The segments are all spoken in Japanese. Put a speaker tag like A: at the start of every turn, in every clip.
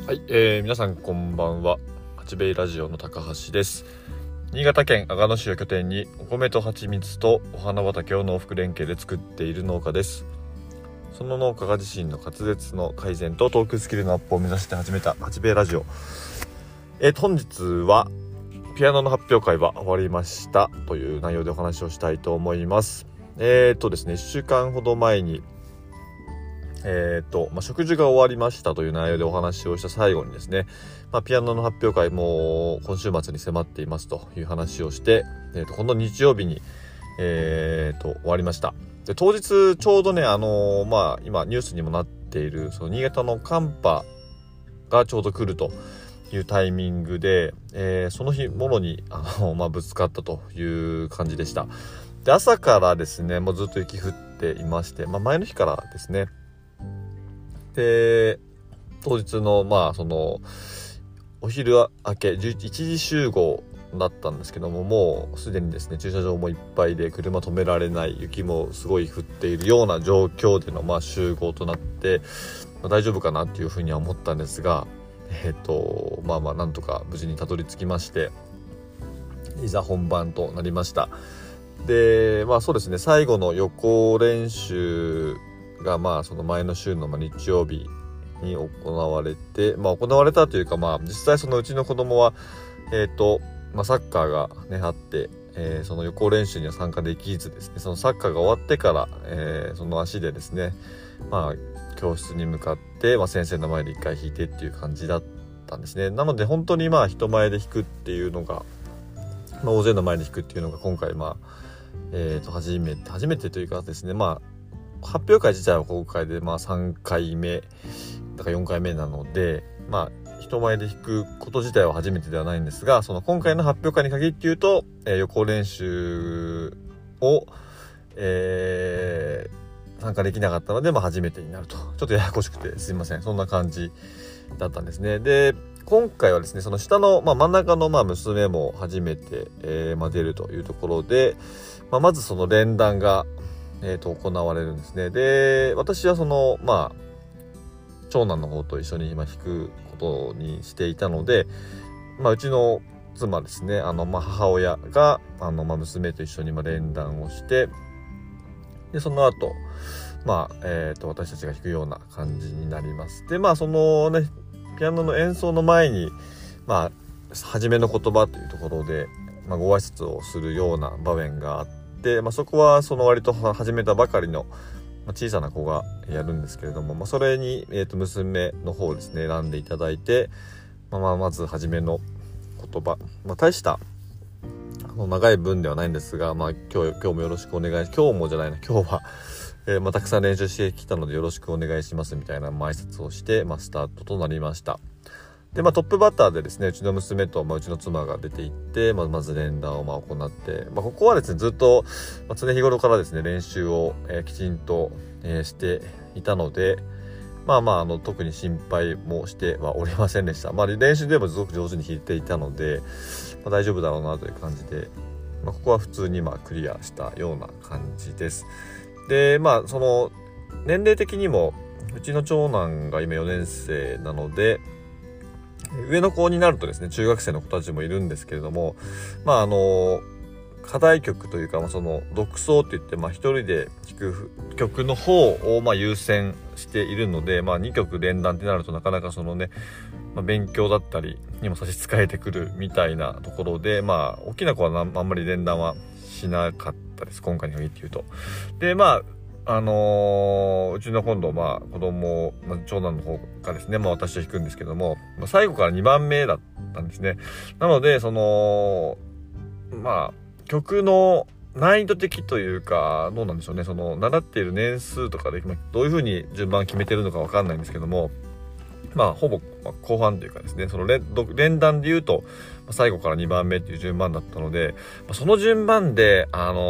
A: はい、皆さんこんばんは。八兵衛ラジオの高橋です。新潟県阿賀野市を拠点にお米と蜂蜜とお花畑を農福連携で作っている農家です。その農家が自身の滑舌の改善とトークスキルのアップを目指して始めた八兵衛ラジオ。本日はピアノの発表会は終わりましたという内容でお話をしたいと思います。ですね、1週間ほど前に植樹が終わりましたという内容でお話をした最後にですね、ピアノの発表会も今週末に迫っていますという話をして、この日曜日に、終わりました。で、当日ちょうどね、今ニュースにもなっているその新潟の寒波がちょうど来るというタイミングで、その日もろにぶつかったという感じでした。で、朝からですね、もうずっと雪降っていまして、前の日からですね。で、当日のお昼明け1時集合だったんですけども、もうすでにですね、駐車場もいっぱいで車止められない、雪もすごい降っているような状況での集合となって、大丈夫かなっていうふうには思ったんですが、なんとか無事にたどり着きまして、いざ本番となりました。で、そうですね、最後の予行練習がその前の週の日曜日に行われて、行われたというか、実際そのうちの子供はサッカーがねあって、その予行練習には参加できずですね、そのサッカーが終わってから、その足でですね、教室に向かって、先生の前で一回弾いてっていう感じだったんですね。なので本当に人前で弾くっていうのが、大勢の前で弾くっていうのが今回初めてというかですね、発表会自体は今回で3回目だから4回目なので、人前で弾くこと自体は初めてではないんですが、その今回の発表会に限って言うと、予行練習を、参加できなかったので、初めてになると、ちょっとややこしくてすいません、そんな感じだったんですね。で、今回はですね、その下の、真ん中の娘も初めて、出るというところで、まずその連弾が行われるんですね。で、私はその長男の方と一緒に弾くことにしていたので、うちの妻ですね、母親が娘と一緒に連弾をして、でその後私たちが弾くような感じになります。で、そのね、ピアノの演奏の前に初めの言葉というところで、ご挨拶をするような場面があって、そこはその割と始めたばかりの小さな子がやるんですけれども、それに、娘の方ですね選んでいただいて、まず初めの言葉、大した長い文ではないんですが、今日もよろしくお願いし、今日は、たくさん練習してきたのでよろしくお願いしますみたいな挨拶をして、スタートとなりました。で、トップバッターでですね、うちの娘と、うちの妻が出ていって、まず連弾を行って、ここはですねずっと、常日頃からですね練習を、きちんと、していたので、特に心配もしてはおりませんでした。練習でもすごく上手に弾いていたので、大丈夫だろうなという感じで、ここは普通にクリアしたような感じです。で、その年齢的にもうちの長男が今4年生なので、上の子になるとですね中学生の子たちもいるんですけれども、課題曲というか、その独奏っていって、一人で弾く曲の方を優先しているので、2曲連弾ってなるとなかなかそのね、勉強だったりにも差し支えてくるみたいなところで、大きな子はあんまり連弾はしなかったです、今回に限って言うと。で、うちの今度子供、長男の方がですね、私と弾くんですけども、最後から2番目だったんですね。なのでその曲の難易度的というか、どうなんでしょうね、その習っている年数とかで、どういう風に順番決めてるのか分かんないんですけども、ほぼ後半というかですね、その連弾で言うと最後から2番目っていう順番だったので、その順番で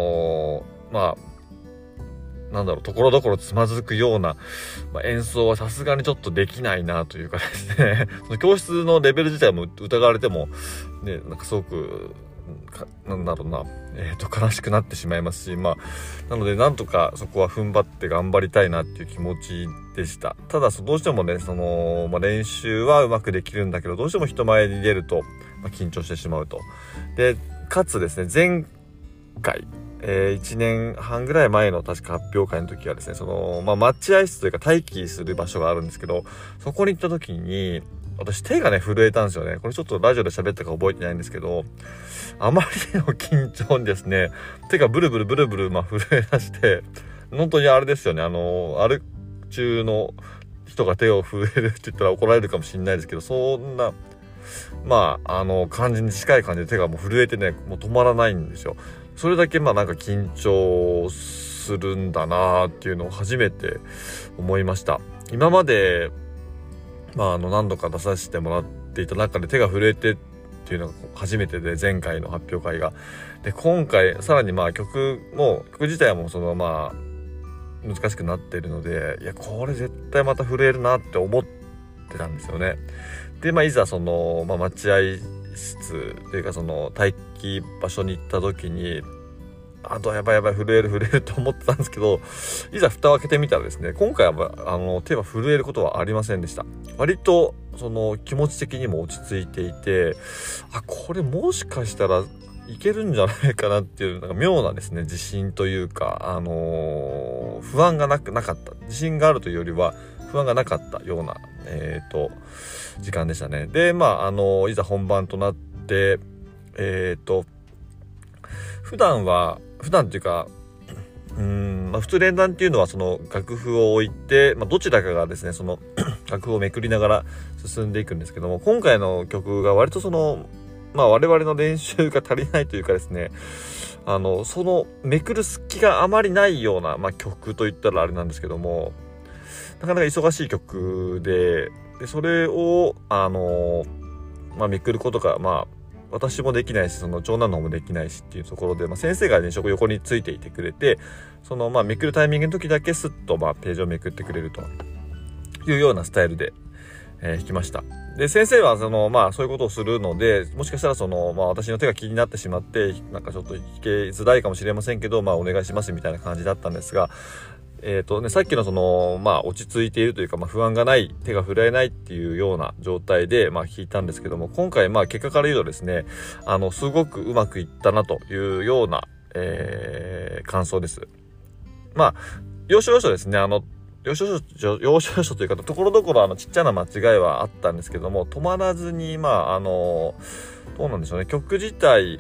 A: ところどころつまずくような、演奏はさすがにちょっとできないなというかですねその教室のレベル自体も疑われてもね、すごくなんだろうな、悲しくなってしまいますし、なのでなんとかそこは踏ん張って頑張りたいなっていう気持ちでした。ただどうしてもね練習はうまくできるんだけど、どうしても人前に出ると、緊張してしまうと。でかつですね、前回1年半ぐらい前の確か発表会の時はですね、待合室というか待機する場所があるんですけど、そこに行った時に私手がね震えたんですよね。これちょっとラジオで喋ったか覚えてないんですけど、あまりの緊張にですね、手がブルブル震え出して、本当にあれですよね、歩中の人が手を震えるって言ったら怒られるかもしれないですけど、そんな感じに近い感じで手がもう震えてね、もう止まらないんですよ。それだけなんか緊張するんだなっていうのを初めて思いました。今まで何度か出させてもらっていた中で手が震えてっていうのが初めてで、前回の発表会が。で今回さらに曲自体も難しくなっているので、いやこれ絶対また震えるなって思ってたんですよね。でいざ待合室というか待機場所に行った時に、やばい震えると思ってたんですけど、いざ蓋を開けてみたらですね、今回は手は震えることはありませんでした。割と気持ち的にも落ち着いていて、これもしかしたらいけるんじゃないかなっていう、なんか妙なですね自信というか、不安がなかった、自信があるというよりは不安がなかったような時間でしたね。でいざ本番となって普段っていうか普通連弾っていうのは楽譜を置いて、どちらかがですね楽譜をめくりながら進んでいくんですけども、今回の曲が割と我々の練習が足りないというかですね、めくる隙があまりないような、曲といったらあれなんですけども、なかなか忙しい曲でそれをめくることが私もできないし、長男の方もできないしっていうところで、先生がね横についていてくれて、めくるタイミングの時だけスッとページをめくってくれるというようなスタイルで、弾きました。で先生はそういうことをするので、もしかしたら私の手が気になってしまって、なんかちょっと弾けづらいかもしれませんけど、お願いしますみたいな感じだったんですが、さっきの落ち着いているというか、不安がない、手が震えないっていうような状態で弾いたんですけども、今回結果から言うとですね、すごくうまくいったなというような、感想です。要所要所ですね、要所要所というか、ところどころちっちゃな間違いはあったんですけども、止まらずにどうなんでしょうね、曲自体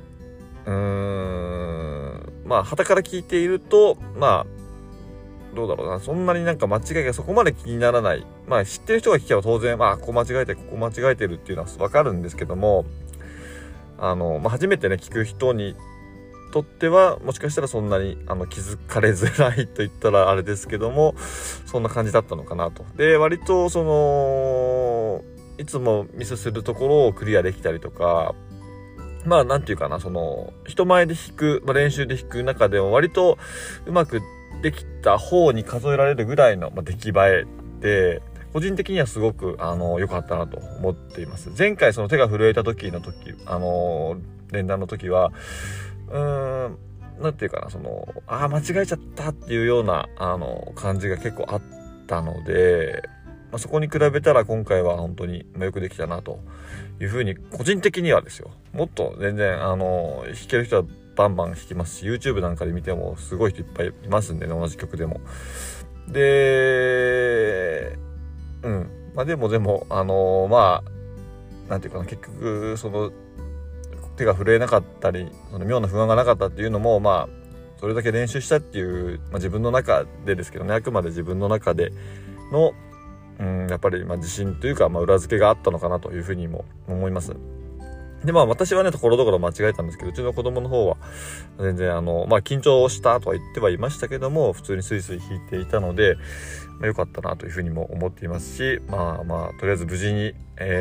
A: 傍から聞いているとどうだろうな、そんなになんか間違いがそこまで気にならない。知ってる人が聞けば当然ここ間違えてるっていうのはわかるんですけども、初めてね聞く人にとってはもしかしたらそんなに気づかれづらいと言ったらあれですけども、そんな感じだったのかなと。で割といつもミスするところをクリアできたりとか、なんていうかな、人前で弾く、練習で弾く中でも割とうまくできた方に数えられるぐらいの出来栄えで、個人的にはすごく良かったなと思っています。前回手が震えた時連弾の時はなんていうかな、間違えちゃったっていうような感じが結構あったので、そこに比べたら今回は本当によくできたなというふうに個人的にはですよ。もっと全然弾ける人はバンバン弾きますし、 YouTube なんかで見てもすごい人いっぱいいますんでね、同じ曲でも。ででもなんていうかな、結局手が震えなかったり妙な不安がなかったっていうのもそれだけ練習したっていう、自分の中でですけどね、あくまで自分の中でのやっぱり自信というか裏付けがあったのかなというふうにも思います。で私はねところどころ間違えたんですけど、うちの子供の方は全然緊張したとは言ってはいましたけども、普通にスイスイ弾いていたので、良かったなというふうにも思っていますし、とりあえず無事に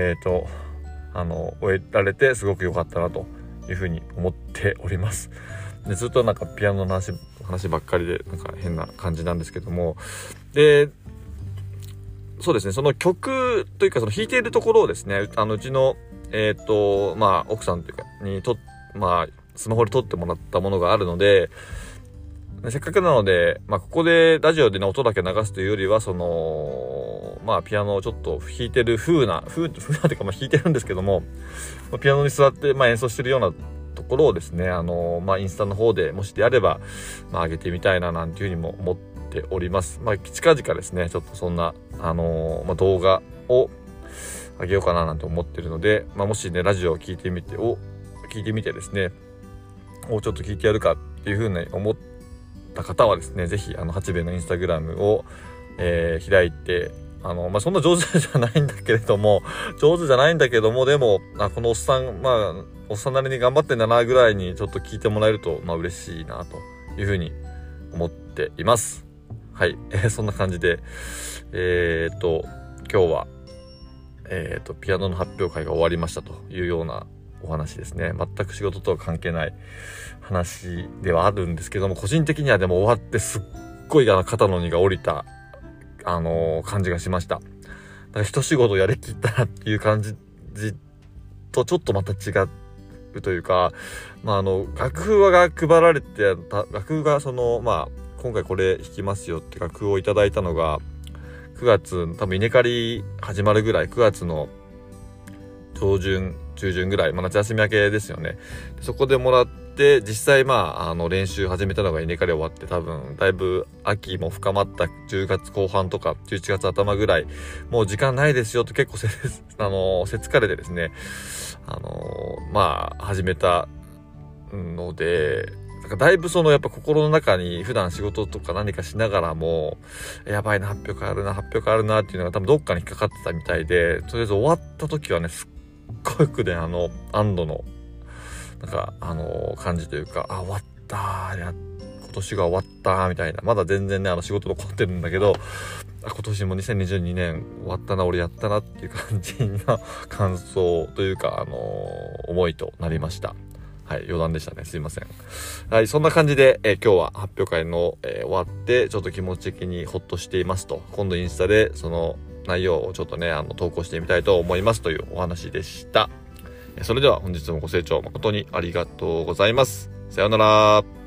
A: 終えられてすごく良かったなというふうに思っております。でずっとなんかピアノの話ばっかりでなんか変な感じなんですけども、でそうですね、その曲というか弾いているところをですね、うちの奥さんというかにスマホで撮ってもらったものがあるので、せっかくなので、ここでラジオでね、音だけ流すというよりは、ピアノをちょっと弾いてる風なっていうか、弾いてるんですけども、ピアノに座って、演奏してるようなところをですね、インスタの方でもしであれば、上げてみたいななんていうふうにも思っております。近々ですね、ちょっとそんな、動画を上げようかななんて思ってるので、もしね、ラジオを聞いてみてですね、ちょっと聞いてやるかっていうふうに思った方はですね、ぜひ八兵衛のインスタグラムを、開いて、そんな上手じゃないんだけども、でも、このおっさんなりに頑張ってんだなぐらいにちょっと聞いてもらえると、嬉しいなというふうに思っています。はい、そんな感じで、今日は、ピアノの発表会が終わりましたというようなお話ですね。全く仕事とは関係ない話ではあるんですけども、個人的にはでも終わってすっごい肩の荷が下りた感じがしました。だから一仕事やりきったなっていう感じとちょっとまた違うというか、楽譜が配られて楽譜が今回これ弾きますよって楽譜をいただいたのが9月、多分稲刈り始まるぐらい、9月の上旬中旬ぐらい、夏休み明けですよね。そこでもらって実際練習始めたのが稲刈り終わって、多分だいぶ秋も深まった10月後半とか11月頭ぐらい、もう時間ないですよって結構せっつかれてですね、始めたので、だいぶやっぱ心の中に普段仕事とか何かしながらも、やばいな、発表会あるなっていうのが多分どっかに引っかかってたみたいで、とりあえず終わった時はね、すっごくね、安堵の感じというか、終わったー、今年が終わったーみたいな、まだ全然ね仕事残ってるんだけど、今年も2022年終わったな、俺やったなっていう感じの感想というか思いとなりました。はい、余談でしたね。すいません。はい、そんな感じで、今日は発表会の、終わってちょっと気持ち的にほっとしていますと、今度インスタでその内容をちょっとね投稿してみたいと思いますというお話でした。それでは本日もご清聴誠にありがとうございます。さようなら。